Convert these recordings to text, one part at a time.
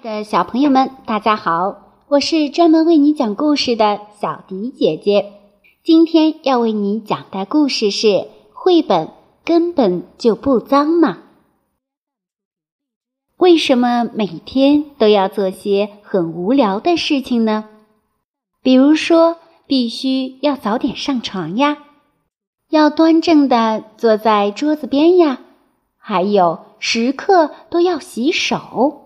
的小朋友们，大家好，我是专门为你讲故事的小迪姐姐。今天要为你讲的故事是绘本根本就不脏嘛。为什么每天都要做些很无聊的事情呢？比如说，必须要早点上床呀，要端正地坐在桌子边呀，还有时刻都要洗手。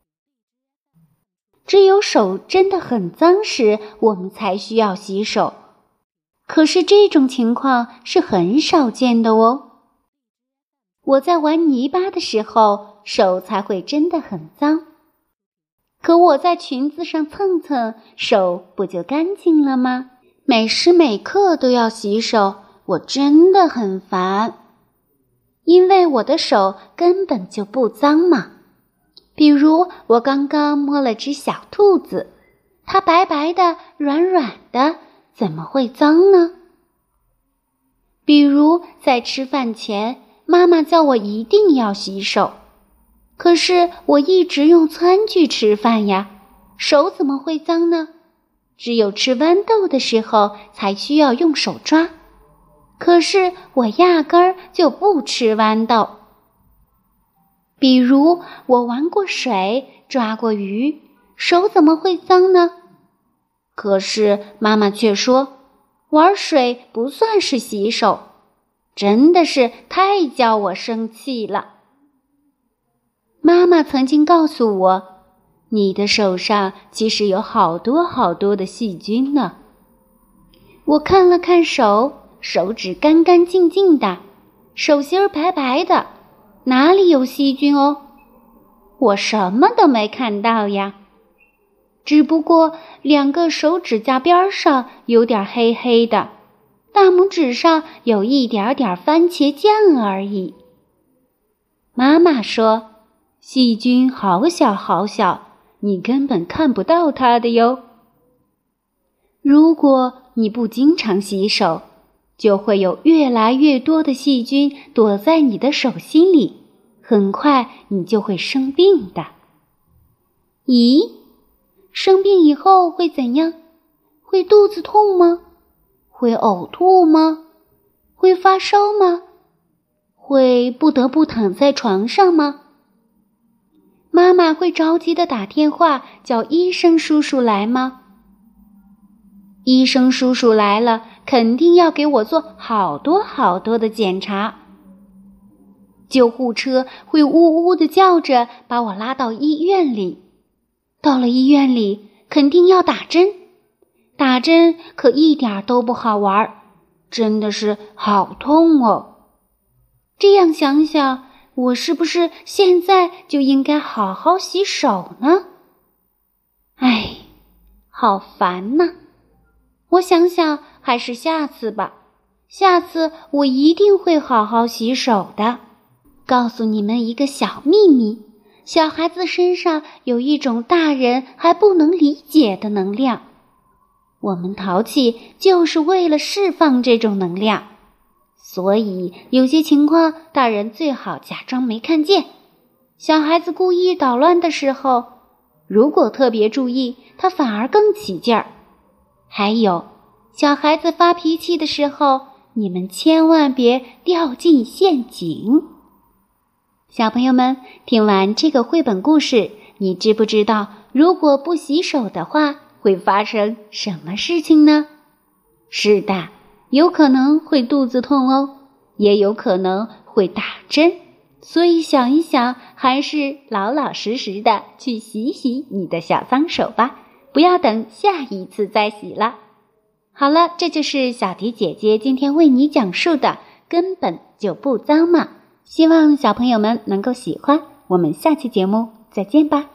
只有手真的很脏时，我们才需要洗手。可是这种情况是很少见的哦。我在玩泥巴的时候，手才会真的很脏。可我在裙子上蹭蹭，手不就干净了吗？每时每刻都要洗手，我真的很烦。因为我的手根本就不脏嘛。比如我刚刚摸了只小兔子，它白白的、软软的，怎么会脏呢？比如在吃饭前，妈妈叫我一定要洗手，可是我一直用餐具吃饭呀，手怎么会脏呢？只有吃豌豆的时候才需要用手抓，可是我压根儿就不吃豌豆。比如我玩过水，抓过鱼，手怎么会脏呢？可是妈妈却说，玩水不算是洗手，真的是太叫我生气了。妈妈曾经告诉我，你的手上其实有好多好多的细菌呢。我看了看手，手指干干净净的，手心儿白白的，哪里有细菌哦？我什么都没看到呀，只不过2个手指甲边上有点黑黑的，大拇指上有一点点番茄酱而已。妈妈说，细菌好小好小，你根本看不到它的哟。如果你不经常洗手，就会有越来越多的细菌躲在你的手心里，很快你就会生病的。咦，生病以后会怎样？会肚子痛吗？会呕吐吗？会发烧吗？会不得不躺在床上吗？妈妈会着急地打电话叫医生叔叔来吗？医生叔叔来了，肯定要给我做好多好多的检查。救护车会呜呜地叫着把我拉到医院里，到了医院里肯定要打针，打针可一点都不好玩，真的是好痛哦。这样想想，我是不是现在就应该好好洗手呢？唉，好烦呐。我想想，还是下次吧，下次我一定会好好洗手的。告诉你们一个小秘密，小孩子身上有一种大人还不能理解的能量，我们淘气就是为了释放这种能量，所以有些情况大人最好假装没看见。小孩子故意捣乱的时候，如果特别注意，他反而更起劲儿。还有，小孩子发脾气的时候，你们千万别掉进陷阱。小朋友们，听完这个绘本故事，你知不知道如果不洗手的话，会发生什么事情呢？是的，有可能会肚子痛哦，也有可能会打针。所以想一想，还是老老实实的去洗洗你的小脏手吧，不要等下一次再洗了。好了，这就是小迪姐姐今天为你讲述的根本就不脏嘛。希望小朋友们能够喜欢，我们下期节目再见吧。